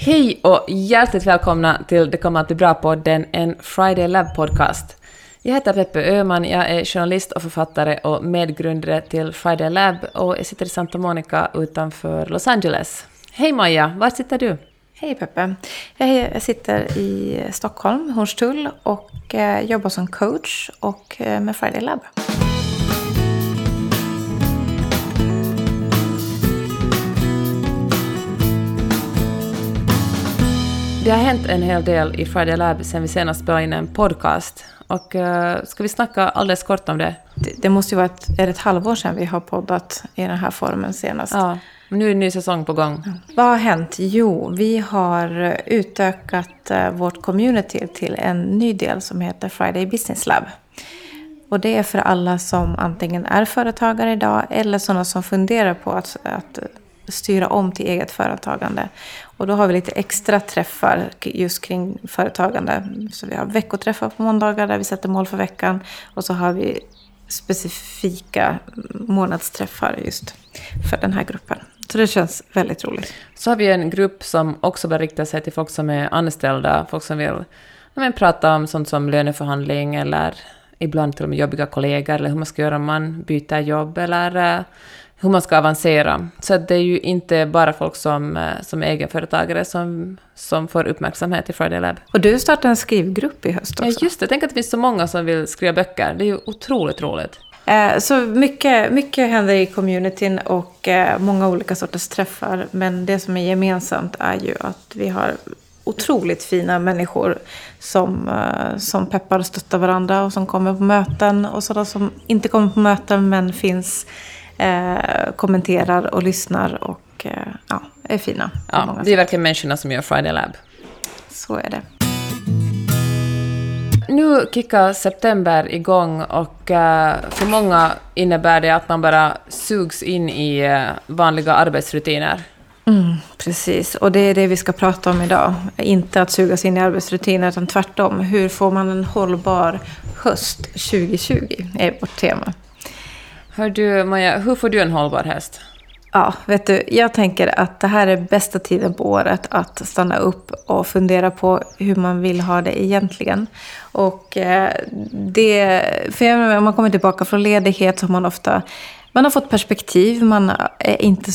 Hej och hjärtligt välkomna till Det kommer att bli bra-podden, en Friday Lab-podcast. Jag heter Peppe Öhman, jag är journalist och författare och medgrundare till Friday Lab och jag sitter i Santa Monica utanför Los Angeles. Hej Maja, var sitter du? Hej Peppe. Jag sitter i Stockholm, Hornstull och jobbar som coach och med Friday Lab. Det har hänt en hel del i Friday Lab sen vi senast spelade in en podcast. Och ska vi snacka alldeles kort om det? Det måste ju vara ett halvår sedan vi har poddat i den här formen senast. Ja, men nu är en ny säsong på gång. Ja. Vad har hänt? Jo, vi har utökat vårt community till en ny del som heter Friday Business Lab. Och det är för alla som antingen är företagare idag eller sådana som funderar på att styra om till eget företagande. Och då har vi lite extra träffar just kring företagande. Så vi har veckoträffar på måndagar där vi sätter mål för veckan. Och så har vi specifika månadsträffar just för den här gruppen. Så det känns väldigt roligt. Så har vi en grupp som också bör rikta sig till folk som är anställda. Folk som vill prata om sånt som löneförhandling eller ibland till och med jobbiga kollegor. Eller hur man ska göra om man byter jobb eller hur man ska avancera. Så det är ju inte bara folk som är egenföretagare som får uppmärksamhet i Friday Lab. Och du startade en skrivgrupp i höst också. Ja, just det. Tänk att det finns så många som vill skriva böcker. Det är ju otroligt roligt. Så mycket händer i communityn och många olika sorters träffar. Men det som är gemensamt är ju att vi har otroligt fina människor som peppar och stöttar varandra och som kommer på möten. Och sådana som inte kommer på möten men finns... kommenterar och lyssnar och är fina. Ja, det är verkligen människorna som gör Friday Lab. Så är det. Nu kickar september igång och för många innebär det att man bara sugs in i vanliga arbetsrutiner. Precis, och det är det vi ska prata om idag. Inte att sugas in i arbetsrutiner utan tvärtom. Hur får man en hållbar höst 2020 är vårt tema. Hör du, Maja, hur får du en hållbar höst? Ja, vet du, jag tänker att det här är bästa tiden på året att stanna upp och fundera på hur man vill ha det egentligen. Och för om man kommer tillbaka från ledighet så har man har fått perspektiv, man är inte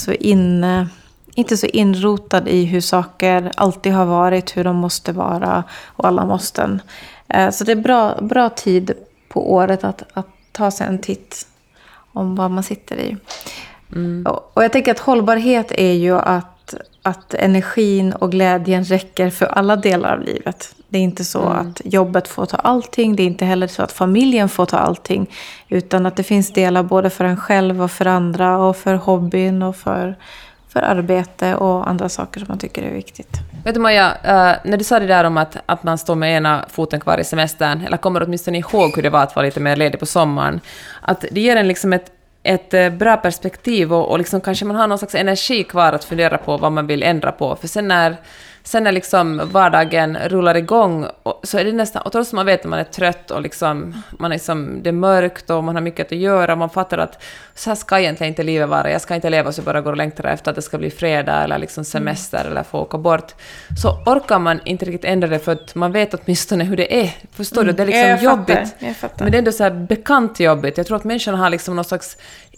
så inrotad i hur saker alltid har varit, hur de måste vara och alla måsten. Så det är bra tid på året att ta sig en titt om vad man sitter i. Och jag tänker att hållbarhet är ju att energin och glädjen räcker för alla delar av livet. Det är inte så att jobbet får ta allting. Det är inte heller så att familjen får ta allting. Utan att det finns delar både för en själv och för andra. Och för hobbyn och för arbete och andra saker som man tycker är viktigt. Vet du Maja, när du sa det där om att man står med ena foten kvar i semestern, eller kommer åtminstone ihåg hur det var att vara lite mer ledig på sommaren, att det ger en liksom ett bra perspektiv och liksom kanske man har någon slags energi kvar att fundera på vad man vill ändra på. För sen när liksom vardagen rullar igång så är det nästan, och trots att man vet att man är trött och liksom, man är liksom, det är mörkt och man har mycket att göra och man fattar att så här ska egentligen inte livet vara. Jag ska inte leva så bara går och längtar efter att det ska bli fredag eller liksom semester eller få åka bort. Så orkar man inte riktigt ändra det för att man vet åtminstone hur det är. Förstår du? Det är liksom jobbigt. Jag fattar. Men det är ändå så här bekant jobbigt. Jag tror att människan har liksom någon slags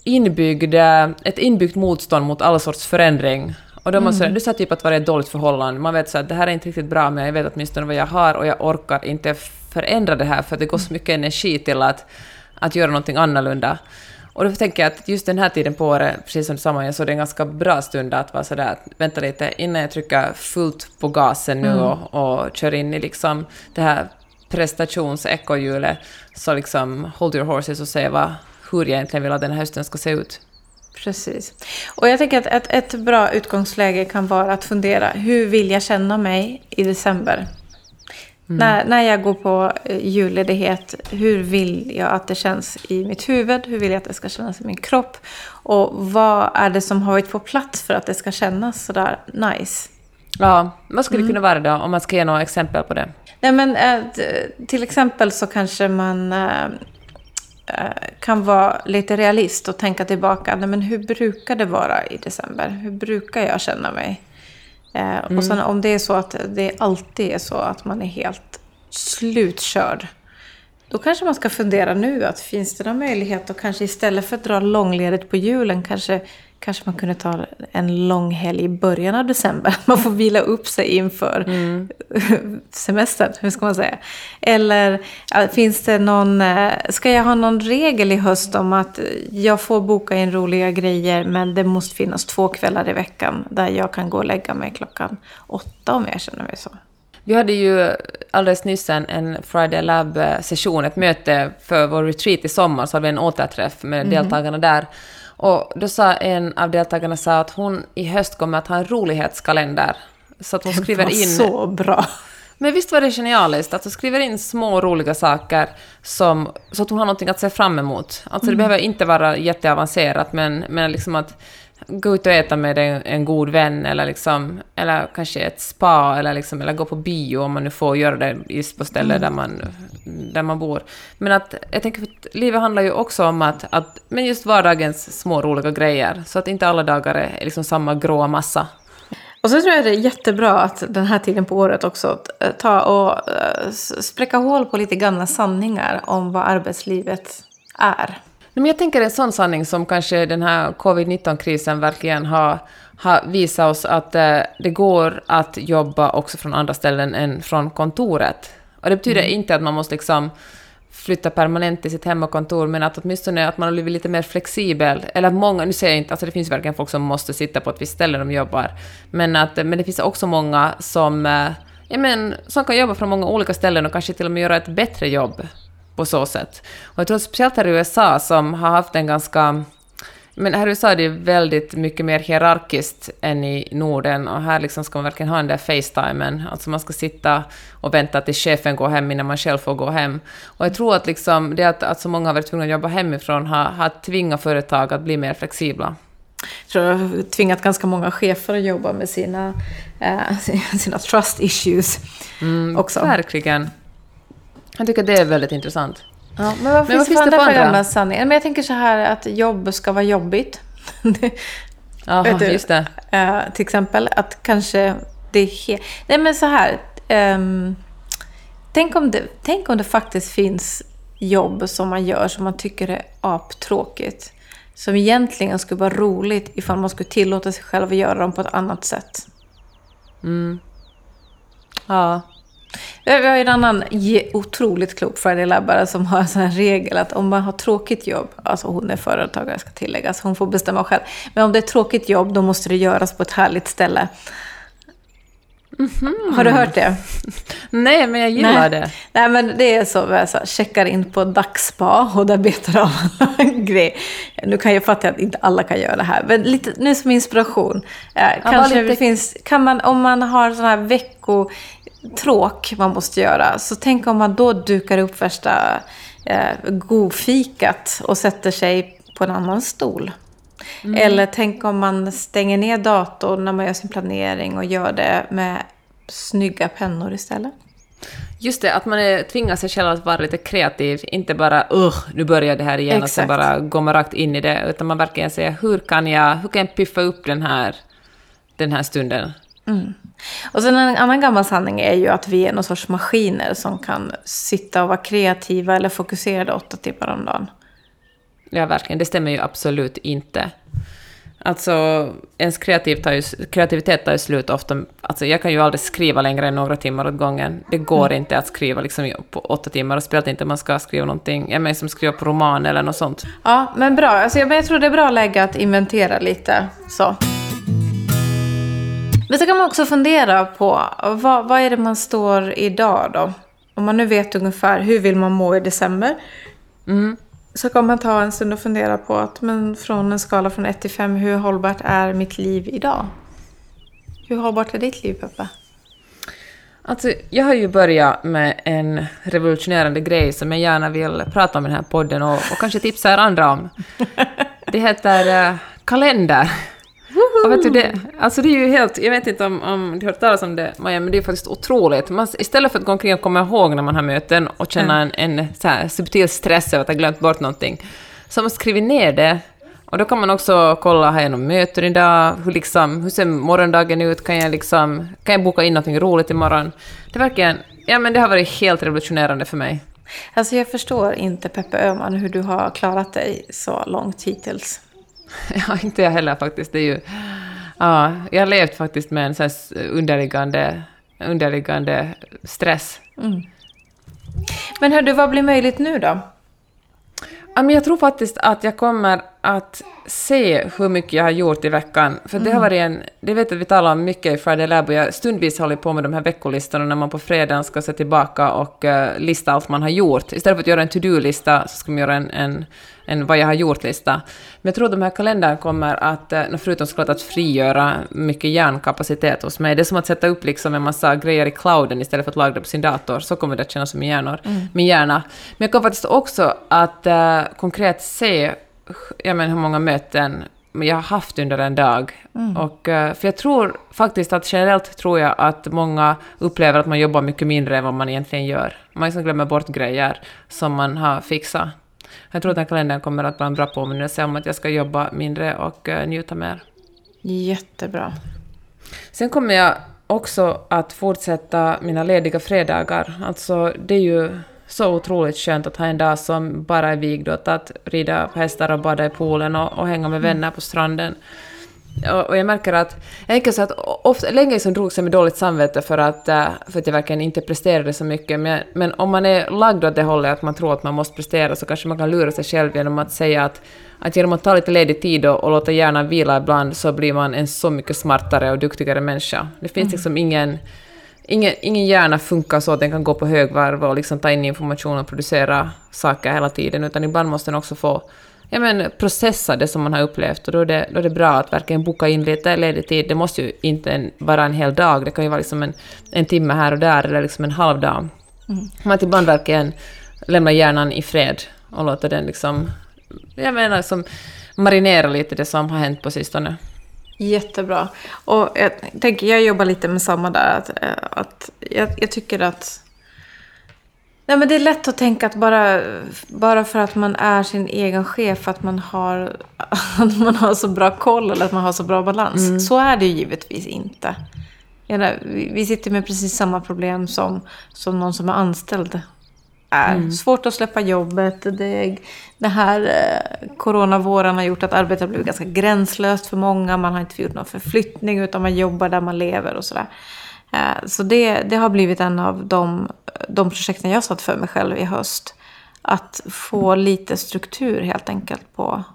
ett inbyggt motstånd mot alla sorts förändring. Och då måste du säger typ att vara ett dåligt förhållande. Man vet så att det här är inte riktigt bra, men jag vet åtminstone vad jag har och jag orkar inte förändra det här för att det går så mycket energi till att göra någonting annorlunda. Och då tänker jag att just den här tiden på året, precis som samma, så det är en ganska bra stund att vara sådär, vänta lite innan jag trycker fullt på gasen nu och kör in i liksom det här prestations-ekohjulet. Så liksom hold your horses och säga hur jag egentligen vill att den här hösten ska se ut. Precis. Och jag tänker att ett bra utgångsläge kan vara att fundera, hur vill jag känna mig i december? När jag går på julledighet, hur vill jag att det känns i mitt huvud? Hur vill jag att det ska kännas i min kropp? Och vad är det som har varit på plats för att det ska kännas sådär nice? Ja, vad skulle det kunna vara då, om man ska ge några exempel på det? Nej, men till exempel så kanske man kan vara lite realist och tänka tillbaka. Nej, men hur brukar det vara i december? Hur brukar jag känna mig? Och sen om det är så att det alltid är så att man är helt slutkörd, då kanske man ska fundera nu att finns det någon möjlighet att kanske istället för att dra långledigt på julen kanske man kunde ta en lång helg i början av december. Man får vila upp sig inför semestern, hur ska man säga. Eller finns det ska jag ha någon regel i höst om att jag får boka in roliga grejer men det måste finnas 2 kvällar i veckan där jag kan gå och lägga mig 8 om jag känner mig så. Vi hade ju alldeles nyss en Friday Lab-session, ett möte för vår retreat i sommar, så hade vi en återträff med deltagarna där. Och då sa en av deltagarna att hon i höst kommer att ha en rolighetskalender. Så att hon skriver in... så bra. Men visst var det genialiskt att hon skriver in små roliga saker så att hon har någonting att se fram emot. Alltså det behöver inte vara jätteavancerat, men liksom att gå ut och äta med en god vän eller kanske ett spa eller gå på bio om man nu får göra det just på stället där man bor. Men att jag tänker att livet handlar ju också om att men just vardagens små roliga grejer, så att inte alla dagar är liksom samma gråa massa. Och så tror jag det är jättebra att den här tiden på året också ta och spräcka hål på lite gamla sanningar om vad arbetslivet är. Men jag tänker en sån sanning som kanske den här covid-19-krisen verkligen har visat oss, att det går att jobba också från andra ställen än från kontoret. Och det betyder inte att man måste liksom flytta permanent till sitt hemmakontor, men att åtminstone att man har blivit lite mer flexibel. Eller många, nu säger jag inte, alltså det finns verkligen folk som måste sitta på ett visst ställe de jobbar. Men det finns också många som kan jobba från många olika ställen och kanske till och med göra ett bättre jobb på så sätt. Och jag tror speciellt här i USA som har haft en ganska... Men här i USA är det väldigt mycket mer hierarkiskt än i Norden, och här liksom ska man verkligen ha den där FaceTimen. Alltså man ska sitta och vänta till chefen går hem innan man själv får gå hem. Och jag tror att liksom det att så många har varit tvungna att jobba hemifrån har tvingat företag att bli mer flexibla. Jag tror jag har tvingat ganska många chefer att jobba med sina trust issues också. Verkligen. Jag tycker det är väldigt intressant. Ja, men vad finns det för andra gamla sanningar? Men jag tänker så här att jobb ska vara jobbigt. Ja, just det. Till exempel att kanske det är nej men så här. Tänk om det faktiskt finns jobb som man gör som man tycker är aptråkigt. Som egentligen skulle vara roligt ifall man skulle tillåta sig själv att göra dem på ett annat sätt. Ja. Vi har en annan otroligt klok Friday Labbare som har en sån här regel att om man har tråkigt jobb, alltså hon är företagare ska tilläggas, hon får bestämma själv. Men om det är tråkigt jobb, då måste det göras på ett härligt ställe. Har du hört det? Nej, men jag gillar det. Nej, men det är så att jag checkar in på dagspa och där betar av en grej. Nu kan jag fatta att inte alla kan göra det här, men lite nu som inspiration. Kanske det finns, kan man, om man har sån här veckotråk man måste göra, så tänk om man då dukar upp värsta godfikat och sätter sig på en annan stol. Eller tänk om man stänger ner datorn när man gör sin planering och gör det med snygga pennor istället. Just det, att man tvingar sig själv att vara lite kreativ. Inte bara, nu börjar det här igen. Exakt. Och sen bara går man rakt in i det. Utan man verkligen säger, hur kan jag piffa upp den här stunden? Och sen en annan gammal sanning är ju att vi är någon sorts maskiner som kan sitta och vara kreativa eller fokuserade 8 timmar om dagen. Ja, verkligen. Det stämmer ju absolut inte. Alltså, ens kreativitet tar ju slut ofta. Alltså, jag kan ju aldrig skriva längre än några timmar åt gången. Det går inte att skriva liksom på 8 timmar. Och spelat inte man ska skriva någonting. Jag menar som skriva på roman eller något sånt. Ja, men bra. Alltså, jag tror det är bra läge att inventera lite. Så. Men så kan man också fundera på vad är det man står idag då? Om man nu vet ungefär hur vill man må i december. Så kan man ta en stund och fundera på att men från en skala från 1 till 5, hur hållbart är mitt liv idag? Hur hållbart är ditt liv, Peppa? Alltså, jag har ju börjat med en revolutionerande grej som jag gärna vill prata om i den här podden och kanske tipsa er andra om. Det heter kalender. Och vet du det? Alltså det är ju helt, jag vet inte om du har hört talas om det, Maja, men det är faktiskt otroligt. Istället för att gå omkring och komma ihåg när man har möten och känna en så här subtil stress över att ha glömt bort någonting, så har man skrivit ner det Och då kan man också kolla, har jag någon möten idag? Hur ser morgondagen ut? Kan jag boka in något roligt imorgon? Det verkligen, men det har varit helt revolutionerande för mig. Alltså jag förstår inte, Peppe Öhman, hur du har klarat dig så långt hittills. Ja, inte jag heller faktiskt. Det är ju, jag har levt faktiskt med en sån här underliggande stress. Men hördu, vad blir möjligt nu då? Men jag tror faktiskt att jag kommer att se hur mycket jag har gjort i veckan. För det har varit det vet att vi talar om mycket i Friday Lab, och jag stundvis håller på med de här veckolistorna när man på fredagen ska se tillbaka och lista allt man har gjort. Istället för att göra en to-do-lista så ska man göra en vad jag har gjort-lista. Men jag tror att de här kalendern kommer att, förutom såklart att frigöra mycket hjärnkapacitet hos mig, det är som att sätta upp liksom en massa grejer i clouden istället för att lagra på sin dator. Så kommer det att kännas som min hjärna. Men jag kommer faktiskt också att konkret se hur många möten jag har haft under en dag. Och, för jag tror faktiskt att generellt tror jag att många upplever att man jobbar mycket mindre än vad man egentligen gör. Man liksom glömmer bort grejer som man har fixat. Jag tror att den kalendern kommer att vara en bra påminnelse om att jag ska jobba mindre och njuta mer. Jättebra. Sen kommer jag också att fortsätta mina lediga fredagar. Alltså det är ju så otroligt skönt att ha en dag som bara är vigd åt att rida på hästar och bada i poolen och hänga med vänner på stranden. Och jag märker att ofta, länge som drog sig med dåligt samvete för att jag verkligen inte presterade så mycket. Men om man är lagd åt det hållet att man tror att man måste prestera, så kanske man kan lura sig själv genom att säga att genom att ta lite ledig tid och låta hjärnan vila ibland, så blir man en så mycket smartare och duktigare människa. Det finns liksom ingen hjärna funkar så att den kan gå på högvarv och liksom ta in information och producera saker hela tiden, utan ibland måste den också få processa det som man har upplevt, och då är det bra att verkligen boka in lite ledig tid. Det måste ju inte vara en hel dag, det kan ju vara liksom en timme här och där eller liksom en halv dag. Man att ibland verkligen lämna hjärnan i fred och låta den liksom, som marinera lite det som har hänt på sistone. Jättebra. Och jag jobbar lite med samma där, att jag tycker att nej, men det är lätt att tänka att bara för att man är sin egen chef, att man har så bra koll eller att man har så bra balans. Så är det ju givetvis inte. Vi sitter med precis samma problem som någon som är anställd är. Svårt att släppa jobbet. Det här coronavåren har gjort att arbetet har blivit ganska gränslöst för många. Man har inte gjort någon förflyttning, utan man jobbar där man lever och sådär. Så det har blivit en av de projekten jag satt för mig själv i höst. Att få lite struktur helt enkelt på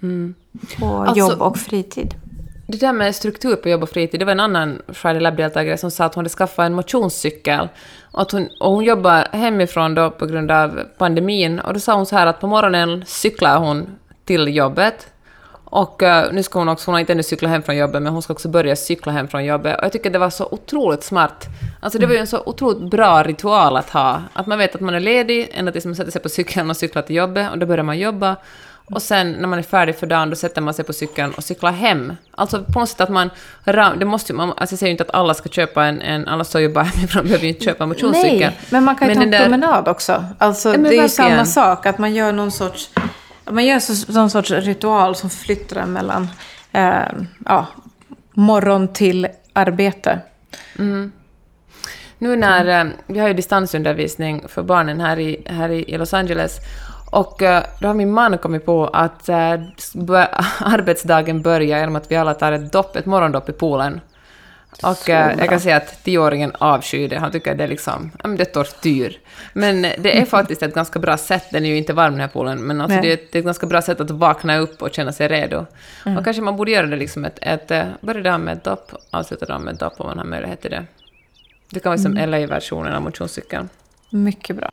jobb och fritid. Det där med struktur på jobb och fritid, det var en annan Friday Lab-deltagare som sa att hon hade skaffat en motionscykel. Och hon jobbar hemifrån då på grund av pandemin. Och då sa hon så här att på morgonen cyklar hon till jobbet. Och nu ska hon har inte ännu cyklat hem från jobbet, men hon ska också börja cykla hem från jobbet. Och jag tycker det var så otroligt smart. Alltså det var ju en så otroligt bra ritual att ha. Att man vet att man är ledig, ända tills man sätter sig på cykeln och cyklar till jobbet. Och då börjar man jobba. Och sen när man är färdig för dagen, då sätter man sig på cykeln och cyklar hem. Alltså på något sätt att man, det måste man, alltså jag säger ju inte att alla ska köpa alla som jobbar hemifrån behöver ju inte köpa en motionscykel. Nej, men man kan ju ta en promenad också. Alltså det är ju samma sak, att man gör någon sorts ritual som flyttar mellan morgon till arbete. Nu när vi har ju distansundervisning för barnen här i Los Angeles, och då har min man kommit på att arbetsdagen börjar genom att vi alla tar ett morgondopp i poolen. Och jag kan säga att 10-åringen avskyr det. Han tycker att det är liksom, det är tortyr. Men det är faktiskt ett ganska bra sätt. Den är ju inte varm den här poolen, men alltså det är ett ganska bra sätt att vakna upp och känna sig redo. Och kanske man borde göra det liksom börja dagen med ett dopp, avsluta dagen med ett dopp om man har möjlighet till det. Det kan vara som LA-versionen av motionscykeln. Mycket bra.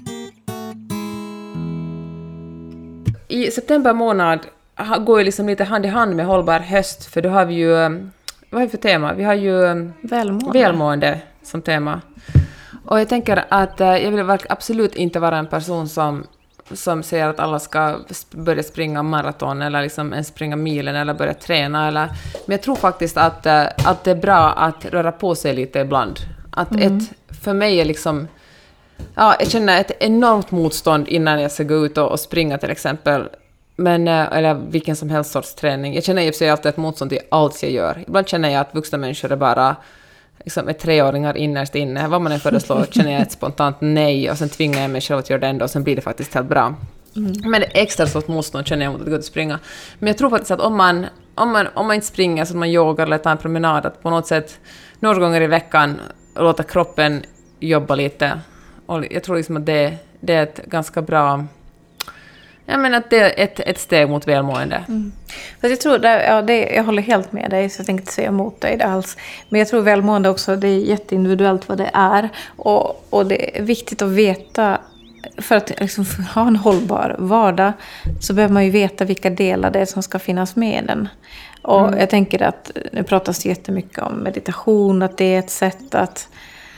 I september månad går ju liksom lite hand i hand med hållbar höst, för då har vi ju, vad är det för tema? Vi har ju välmående som tema. Och jag tänker att jag vill absolut inte vara en person som säger att alla ska börja springa maraton eller liksom ens springa milen eller börja träna. Men jag tror faktiskt att det är bra att röra på sig lite ibland. Att för mig är liksom, jag känner ett enormt motstånd innan jag ska gå ut och springa till exempel. eller vilken som helst sorts träning. Jag känner ju sig alltid ett motstånd till allt jag gör. Ibland känner jag att vuxna människor är bara liksom, är 3-åringar innerst inne. Vad man än föreslår känner jag ett spontant nej och sen tvingar jag mig själv att göra det ändå och sen blir det faktiskt helt bra. Men det är extra stort motstånd känner jag mot att gå ut och springa. Men jag tror faktiskt att om man inte springer så att man yogar eller tar en promenad, att på något sätt några gånger i veckan låta kroppen jobba lite. Och jag tror liksom att det är ett ganska bra... Jag menar att det är ett steg mot välmående. För jag tror, jag håller helt med dig, så jag tänkte inte säga emot dig det alls. Men jag tror välmående också, det är jätteindividuellt vad det är. Och det är viktigt att veta, för att liksom ha en hållbar vardag så behöver man ju veta vilka delar det är som ska finnas med i den. Och jag tänker att nu pratas det jättemycket om meditation, att det är ett sätt att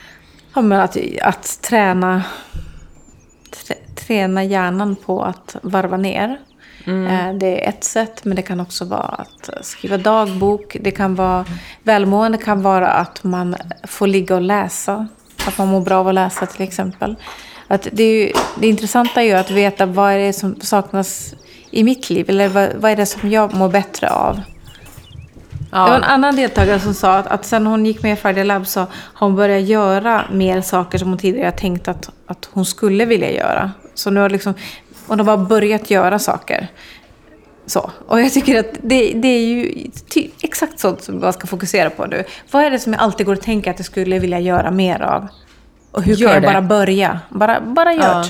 träna hjärnan på att varva ner. Det är ett sätt, men det kan också vara att skriva dagbok. Det kan vara välmående, kan vara att man får ligga och läsa, att man mår bra av att läsa till exempel. Att det intressanta är ju att veta vad är det som saknas i mitt liv, eller vad är det som jag mår bättre av. Ja. Det var en annan deltagare som sa att sen hon gick med i Friday Lab så har hon börjat göra mer saker som hon tidigare tänkt att hon skulle vilja göra. Så nu har hon har bara börjat göra saker. Så. Och jag tycker att det är ju exakt sånt som man ska fokusera på nu. Vad är det som jag alltid går att tänka att jag skulle vilja göra mer av? Och hur kan jag bara börja? Bara gör det.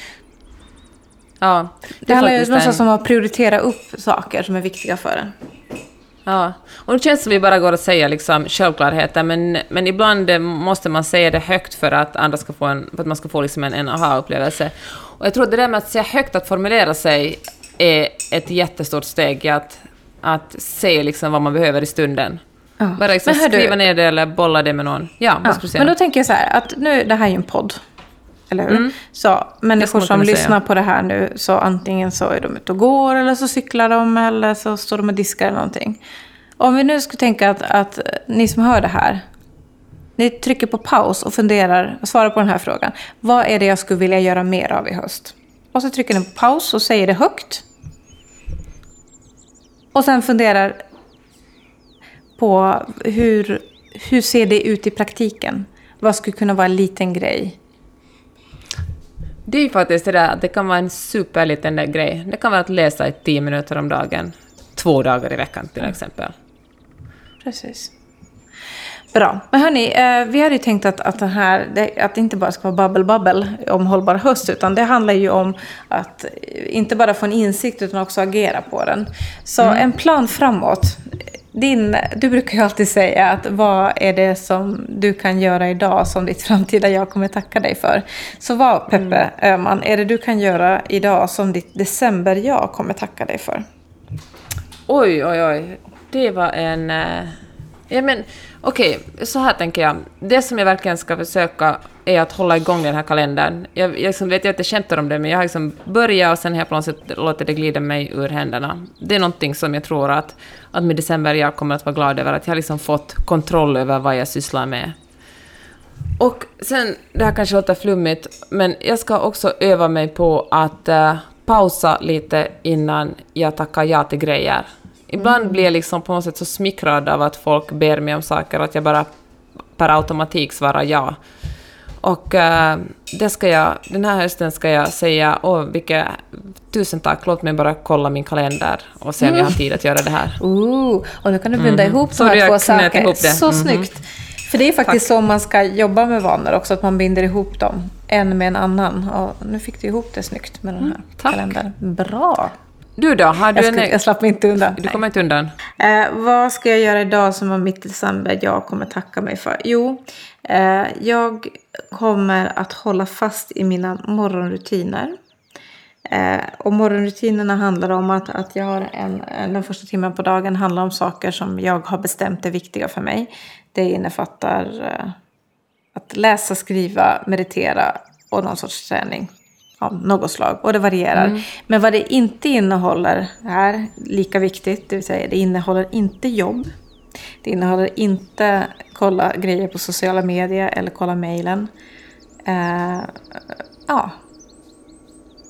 Ja, det handlar ju någonstans om att prioritera upp saker som är viktiga för en. Ja, och det känns som vi bara går att säga liksom självklarheter, men ibland måste man säga det högt för att andra ska få för att man ska få liksom en aha-upplevelse. Och jag tror att det där med att säga högt, att formulera sig är ett jättestort steg i att se liksom vad man behöver i stunden. Ja. Bara liksom skriva ner det eller bolla det med någon. Ja, vad ska du säga? Men då tänker jag så här, att nu, det här är ju en podd. Eller hur? Så människor som lyssnar på det här nu, så antingen så är de ute och går, eller så cyklar de, eller så står de och diskar eller någonting. Om vi nu skulle tänka att ni som hör det här, ni trycker på paus och funderar och svarar på den här frågan. Vad är det jag skulle vilja göra mer av i höst? Och så trycker ni på paus och säger det högt. Och sen funderar på hur ser det ut i praktiken? Vad skulle kunna vara en liten grej? Det är ju faktiskt det där att det kan vara en superliten grej. Det kan vara att läsa i 10 minuter om dagen. 2 dagar i veckan till exempel. Precis. Bra. Men hörni, vi hade ju tänkt att det inte bara ska vara babbel om hållbar höst, utan det handlar ju om att inte bara få en insikt utan också agera på den. Så en plan framåt. Du brukar ju alltid säga att vad är det som du kan göra idag som ditt framtida jag kommer tacka dig för. Så vad, Peppe Öhman, är det du kan göra idag som ditt december jag kommer tacka dig för? Oj. Det var en... Okej, så här tänker jag. Det som jag verkligen ska försöka är att hålla igång den här kalendern. Jag vet att jag skämtar om det, men jag har liksom börjat och sen har jag på något sätt låtit det glida mig ur händerna. Det är någonting som jag tror att med december jag kommer att vara glad över. Att jag har liksom fått kontroll över vad jag sysslar med. Och sen, det här kanske låter flummigt, men jag ska också öva mig på att pausa lite innan jag tackar ja till grejer. Ibland blir jag liksom på något sätt så smickrad av att folk ber mig om saker att jag bara per automatik svarar ja. Och den här hösten ska jag säga, tusen tack, låt mig bara kolla min kalender och se om jag har tid att göra det här. Och nu kan du binda ihop de här två saker. Så snyggt. För det är faktiskt så man ska jobba med vanor också, att man binder ihop dem en med en annan. Och nu fick du ihop det snyggt med den här kalendern. Bra! Du då? Jag slapp inte undan. Du kommer inte undan. Vad ska jag göra idag som var mitt december jag kommer tacka mig för? Jo, jag kommer att hålla fast i mina morgonrutiner. Och morgonrutinerna handlar om att jag har den första timmen på dagen handlar om saker som jag har bestämt är viktiga för mig. Det innefattar att läsa, skriva, meditera och någon sorts träning. Av något slag, och det varierar. Men vad det inte innehåller är lika viktigt, det vill säga det innehåller inte jobb. Det innehåller inte kolla grejer på sociala medier eller kolla mejlen.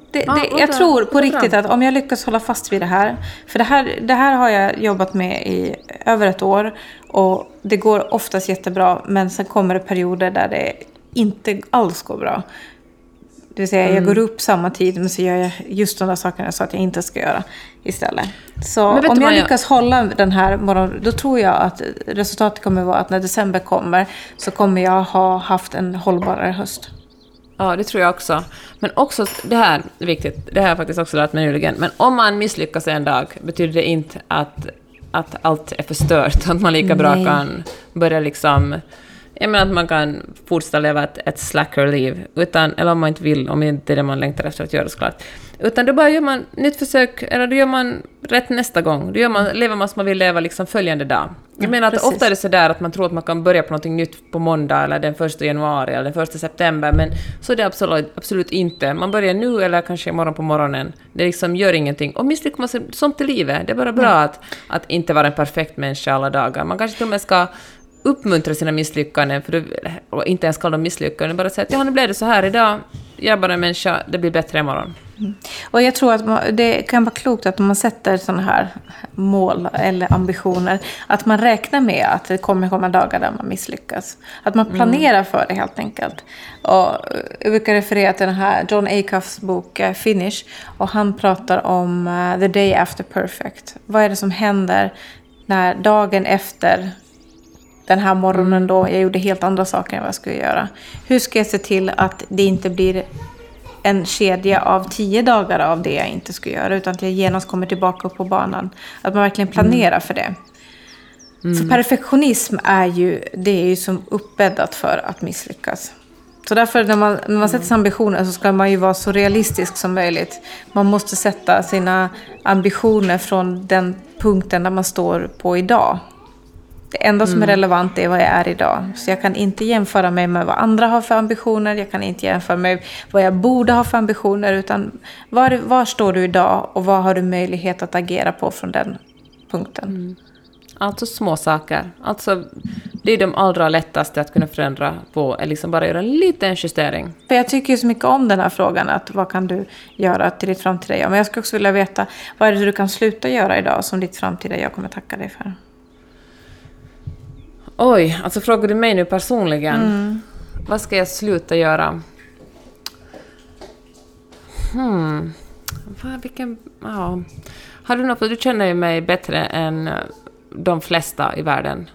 Jag tror på riktigt att om jag lyckas hålla fast vid det här. För det här har jag jobbat med i över ett år. Och det går oftast jättebra. Men sen kommer det perioder där det inte alls går bra. Det vill säga jag går upp samma tid. Men så gör jag just de där sakerna jag sa att jag inte ska göra istället. Så om jag lyckas hålla den här morgonen. Då tror jag att resultatet kommer vara att när december kommer. Så kommer jag ha haft en hållbarare höst. Ja, det tror jag också. Men också, det här är viktigt, det har jag faktiskt också lärt mig nyligen. Men om man misslyckas en dag betyder det inte att allt är förstört. Att man lika bra kan börja liksom... Jag menar att man kan fortsätta leva ett slacker-liv. Eller om man inte vill, om inte är det man längtar efter att göra såklart. Utan då bara gör man nytt försök, eller då gör man rätt nästa gång. Då lever man som man vill leva liksom följande dag. Jag menar att ofta är det så där att man tror att man kan börja på något nytt på måndag eller den 1 januari eller den 1 september. Men så är det absolut inte. Man börjar nu eller kanske imorgon på morgonen. Det liksom gör ingenting. Och misslyckas man sånt i livet. Det är bara bra att inte vara en perfekt människa alla dagar. Man kanske till och med ska uppmuntra sina misslyckanden, och inte ens kalla dem misslyckanden, bara säga att nu blev det så här idag, jag är bara en människa, det blir bättre imorgon. Och jag tror att det kan vara klokt att om man sätter sådana här mål eller ambitioner, att man räknar med att det kommer komma dagar där man misslyckas. Att man planerar för det helt enkelt. Och jag brukar referera till den här John Acuffs bok Finish, och han pratar om the day after perfect. Vad är det som händer när dagen efter den här morgonen då jag gjorde helt andra saker än vad jag skulle göra? Hur ska jag se till att det inte blir en kedja av 10 dagar av det jag inte ska göra, utan att jag genast kommer tillbaka upp på banan? Att man verkligen planerar för det. För perfektionism är ju som uppbäddat för att misslyckas. Så därför när man sätter sig ambitioner så ska man ju vara så realistisk som möjligt. Man måste sätta sina ambitioner från den punkten där man står på idag. Det enda som är relevant är vad jag är idag. Så jag kan inte jämföra mig med vad andra har för ambitioner. Jag kan inte jämföra med vad jag borde ha för ambitioner. Utan var står du idag och vad har du möjlighet att agera på från den punkten? Alltså små saker. Alltså, det är de allra lättaste att kunna förändra på. Är liksom bara göra en liten justering. För jag tycker ju så mycket om den här frågan. Att vad kan du göra till ditt framtida jag? Men jag skulle också vilja veta. Vad är det du kan sluta göra idag som ditt framtida jag kommer tacka dig för? Oj, alltså frågar du mig nu personligen. Vad ska jag sluta göra? Har du något, för du känner ju mig bättre än de flesta i världen.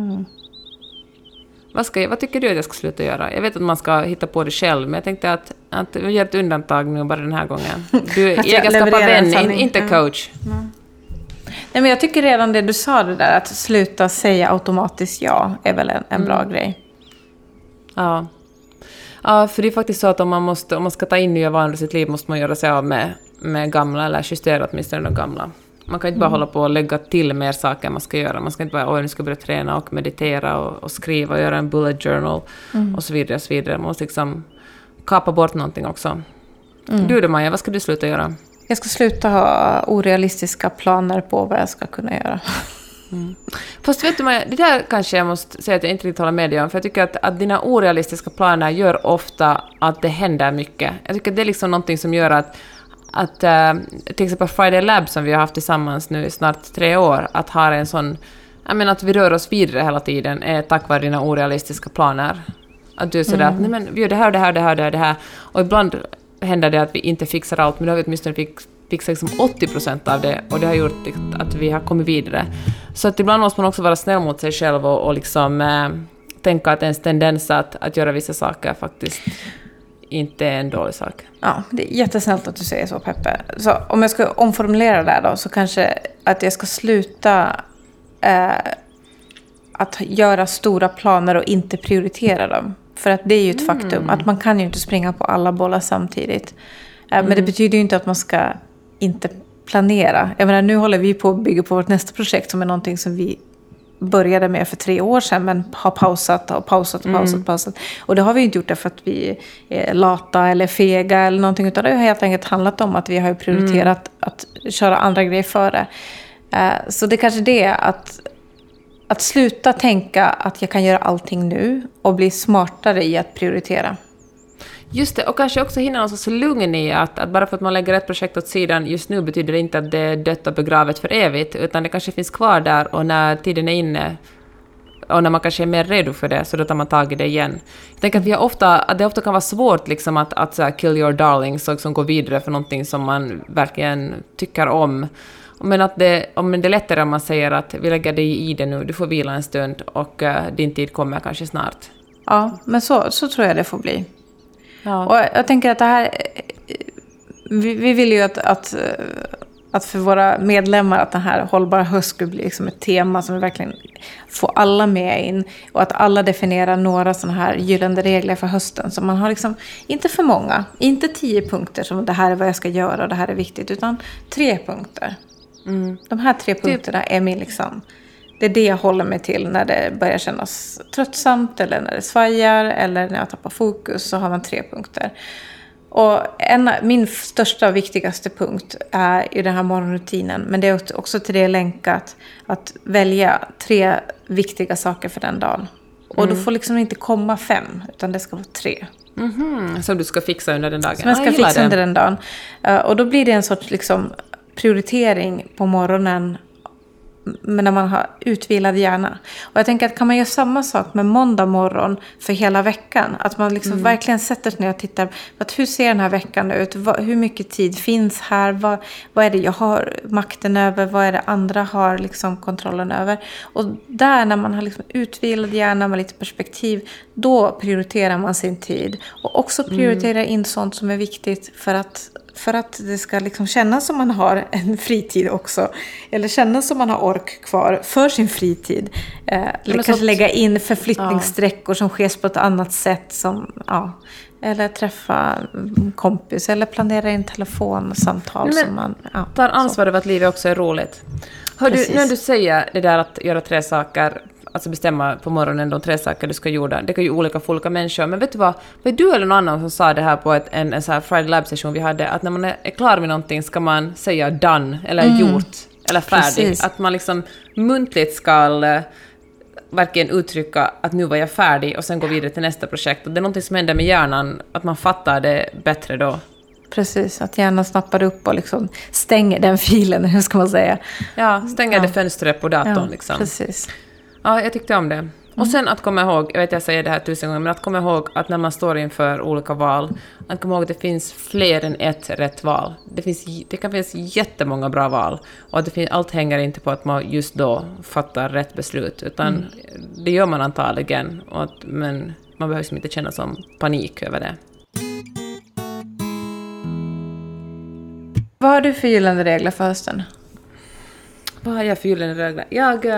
Vad tycker du att jag ska sluta göra? Jag vet att man ska hitta på det själv, men jag tänkte att vi gör ett undantag nu bara den här gången. Du är egenskap av vän, inte coach. Nej, men jag tycker redan det du sa det där, att sluta säga automatiskt ja, är väl en bra grej. Ja. Ja, för det är faktiskt så att om man ska ta in nya vanor i sitt liv måste man göra sig av med gamla, eller justera åtminstone de gamla. Man kan inte bara hålla på och lägga till mer saker man ska göra. Man ska inte bara, nu ska jag börja träna och meditera och skriva och göra en bullet journal och så vidare och så vidare. Man måste liksom kapa bort någonting också. Du då, Maja, vad ska du sluta göra? Jag ska sluta ha orealistiska planer på vad jag ska kunna göra. Fast vet du, Maja, det där kanske jag måste säga att jag inte riktigt håller med dig om. För jag tycker att dina orealistiska planer gör ofta att det händer mycket. Jag tycker att det är liksom någonting som gör att till exempel Friday Lab som vi har haft tillsammans nu i snart 3 år, att ha en sån, jag menar att vi rör oss vidare hela tiden är tack vare dina orealistiska planer. Att du är sådär att nej, men vi gör det här. Och ibland händer det att vi inte fixar allt, men då har vi åtminstone fixat liksom 80% av det, och det har gjort att vi har kommit vidare. Så att ibland måste man också vara snäll mot sig själv och liksom tänka att ens tendens att göra vissa saker faktiskt inte är en dålig sak. Ja, det är jättesnällt att du säger så, Peppe. Så om jag ska omformulera det då, så kanske att jag ska sluta att göra stora planer och inte prioritera dem. För att det är ju ett faktum att man kan ju inte springa på alla bollar samtidigt. Men det betyder ju inte att man ska inte planera. Jag menar, nu håller vi på att bygga på vårt nästa projekt som är någonting som vi började med för 3 år sedan, men har pausat. Och det har vi inte gjort därför att vi är lata eller fega eller någonting, utan det har helt enkelt handlat om att vi har prioriterat att köra andra grejer före. Så det kanske det är att sluta tänka att jag kan göra allting nu och bli smartare i att prioritera. Just det, och kanske också hinna någon sorts lugn i att bara för att man lägger ett projekt åt sidan just nu betyder det inte att det är dött och begravet för evigt, utan det kanske finns kvar där, och när tiden är inne och när man kanske är mer redo för det, så då tar man tag i det igen. Jag tänker att det ofta kan vara svårt liksom att så här, kill your darlings och liksom gå vidare för någonting som man verkligen tycker om. Men att det är lättare om man säger att vi lägger dig i det nu, du får vila en stund och din tid kommer kanske snart. Ja, men så tror jag det får bli. Ja. Och jag tänker att det här... Vi vill ju att för våra medlemmar att den här hållbara höst skulle bli liksom ett tema som vi verkligen får alla med in. Och att alla definierar några sådana här gyllene regler för hösten. Så man har liksom inte för många, inte 10 punkter som det här är vad jag ska göra och det här är viktigt. Utan 3 punkter. Mm. De här 3 punkterna är min liksom... Det är det jag håller mig till när det börjar kännas tröttsamt eller när det svajar eller när jag tappar fokus, så har man 3 punkter. Och min största och viktigaste punkt är i den här morgonrutinen, men det är också till det länkat att välja 3 viktiga saker för den dagen. Och då får liksom inte komma 5, utan det ska vara 3. Mm-hmm. Som du ska fixa under den dagen. Som jag ska fixa under den dagen. Och då blir det en sorts liksom prioritering på morgonen, men när man har utvilad hjärna. Och jag tänker att kan man göra samma sak med måndag morgon för hela veckan, att man liksom verkligen sätter sig ner och tittar på att hur ser den här veckan ut, hur mycket tid finns här, vad är det jag har makten över, vad är det andra har liksom kontrollen över. Och där när man har liksom utvilad hjärna med lite perspektiv, då prioriterar man sin tid och också prioriterar in sånt som är viktigt för att det ska liksom kännas som man har en fritid också. Eller kännas som man har ork kvar för sin fritid. Eller kanske lägga in förflyttningssträckor som sker på ett annat sätt. Eller träffa en kompis. Eller planera in telefonsamtal. Som man tar ansvar över att livet också är roligt. Hör du, när du säger det där att göra 3 saker... Alltså bestämma på morgonen de 3 saker du ska göra. Det kan ju olika för olika människor. Men vet du vad? Var du eller någon annan som sa det här på en så här Friday Lab-session vi hade? Att när man är klar med någonting ska man säga done. Eller gjort. Eller färdig. Precis. Att man liksom muntligt ska verkligen uttrycka att nu var jag färdig. Och sen gå vidare till nästa projekt. Och det är någonting som händer med hjärnan. Att man fattar det bättre då. Precis, att hjärnan snappar upp och liksom stänger den filen. Hur ska man säga? Ja, stänger det fönstret på datorn. Ja, liksom. Precis. Ja, jag tyckte om det. Och sen att komma ihåg, jag vet jag säger det här 1000 gånger, men att komma ihåg att när man står inför olika val, att komma ihåg att det finns fler än ett rätt val. Det kan finnas jättemånga bra val. Och att allt hänger inte på att man just då fattar rätt beslut, utan det gör man antagligen. Men man behöver inte känna som panik över det. Vad har du för gyllene regler för hösten? Vad har jag för gyllene regler?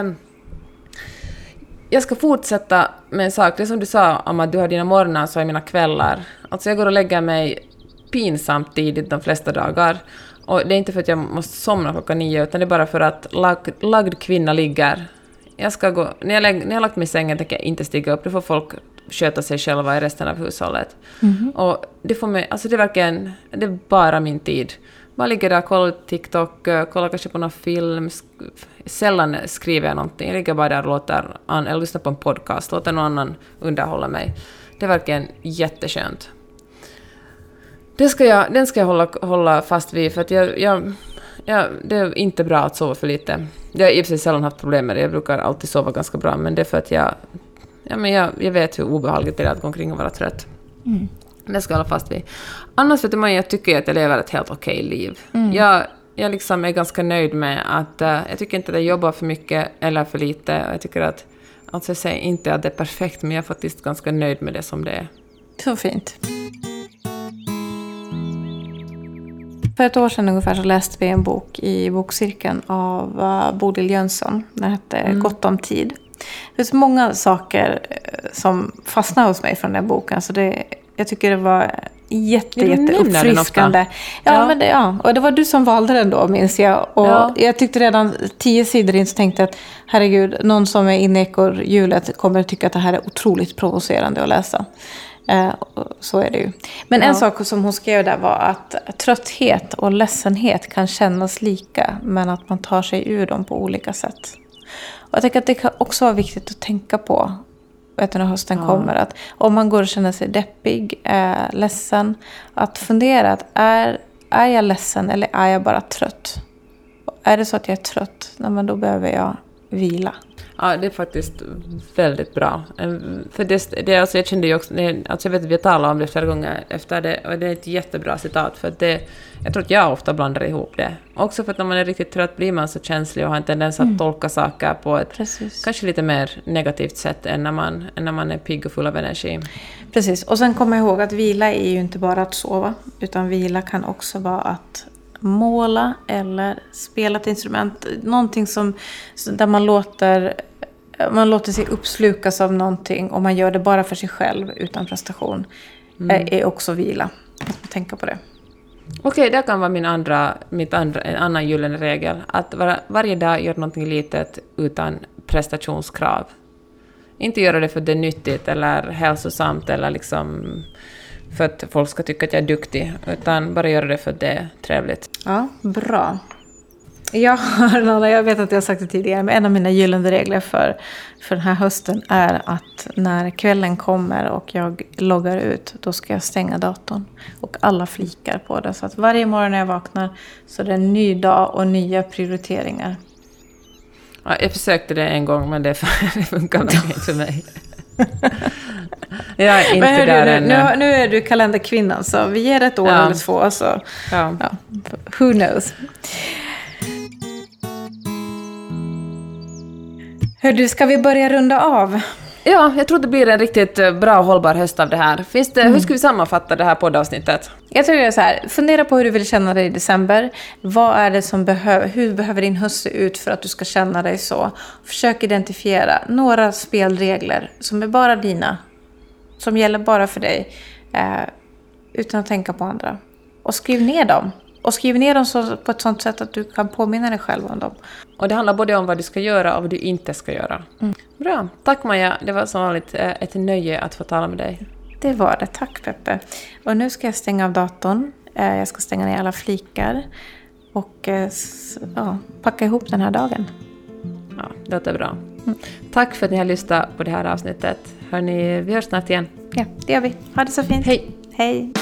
Jag ska fortsätta med en sak. Det som du sa om att du har dina morgnar så är mina kvällar. Alltså jag går och lägger mig pinsamt tidigt de flesta dagar. Och det är inte för att jag måste somna 9:00, utan det är bara för att lagd kvinna ligger. Jag ska gå, när jag har lagt mig i sängen tänker jag inte stiga upp. Det får folk sköta sig själva i resten av hushållet. Mm-hmm. Och det får mig, alltså det är bara min tid. Man ligger där, kollar TikTok, kollar kanske på någon film. Sällan skriver jag någonting. Jag ligger bara där och eller lyssnar på en podcast. Låter någon annan underhålla mig. Det är verkligen jätteskönt. Den ska jag hålla fast vid. För att det är inte bra att sova för lite. Jag har i och för sig sällan haft problem med det. Jag brukar alltid sova ganska bra. Men det är för att jag vet hur obehagligt det är att gå omkring och vara trött. Mm. Det ska jag hålla fast vid. Annars vet man, jag tycker att jag lever ett helt okej liv. Mm. Jag liksom är ganska nöjd med att jag tycker inte att jag jobbar för mycket eller för lite. Jag tycker att, alltså jag säger inte att det är perfekt, men jag är faktiskt ganska nöjd med det som det är. Så fint. För ett år sedan ungefär så läste vi en bok i bokcirkeln av Bodil Jönsson. Den hette Gott om tid. Det finns många saker som fastnar hos mig från den boken. Så jag tycker det var jätteuppfriskande. Och det var du som valde den då, minns jag. Och jag tyckte redan 10 sidor in så tänkte jag att herregud, någon som är inne i ekorrhjulet kommer att tycka att det här är otroligt provocerande att läsa. Så är det ju. Men en sak som hon skrev där var att trötthet och ledsenhet kan kännas lika, men att man tar sig ur dem på olika sätt. Och jag tycker att det kan också vara viktigt att tänka på när hösten kommer. Att om man går och känner sig deppig, ledsen, att fundera att är jag ledsen eller är jag bara trött? Är det så att jag är trött, men då behöver jag vila. Ja, det är faktiskt väldigt bra. För det alltså, jag kände ju också, alltså jag vet att vi talar om det flera gånger efter det, och det är ett jättebra citat, för att jag tror att jag ofta blandar ihop det. Också för att när man är riktigt trött blir man så känslig och har en tendens att tolka saker på ett kanske lite mer negativt sätt än när man är pigg och full av energi. Precis, och sen kommer jag ihåg att vila är ju inte bara att sova, utan vila kan också vara att måla eller spela ett instrument. Någonting där man låter sig uppslukas av någonting och man gör det bara för sig själv utan prestation är också vila. Att tänka på det. Okej, det kan vara en annan gyllene regel. Att varje dag gör någonting litet utan prestationskrav. Inte göra det för det är nyttigt eller hälsosamt eller liksom för att folk ska tycka att jag är duktig, utan bara göra det för att det är trevligt. Ja, bra. Jag vet att jag har sagt det tidigare, men en av mina gyllene regler för den här hösten är att när kvällen kommer och jag loggar ut, då ska jag stänga datorn och alla flikar på det. Så att varje morgon när jag vaknar så är det en ny dag och nya prioriteringar. Ja, jag försökte det en gång, men det funkar inte för mig. Jag är inte där ännu. Nu är du kalenderkvinnan, så vi ger ett år eller två. Så, who knows? Hur ska vi börja runda av? Ja, jag tror det blir en riktigt bra och hållbar höst av det här. Hur ska vi sammanfatta det här poddavsnittet? Jag tror det är så här. Fundera på hur du vill känna dig i december. Vad är det som hur behöver din höst se ut för att du ska känna dig så? Försök identifiera några spelregler som är bara dina. Som gäller bara för dig. Utan att tänka på andra. Och skriv ner dem. Och skriv ner dem på ett sånt sätt att du kan påminna dig själv om dem. Och det handlar både om vad du ska göra och vad du inte ska göra. Bra. Tack Maja. Det var som vanligt ett nöje att få tala med dig. Det var det. Tack Peppe. Och nu ska jag stänga av datorn. Jag ska stänga ner alla flikar. Och packa ihop den här dagen. Ja, det låter bra. Tack för att ni har lyssnat på det här avsnittet. Hörni, vi hörs snart igen. Ja, det gör vi. Ha det så fint. Hej. Hej.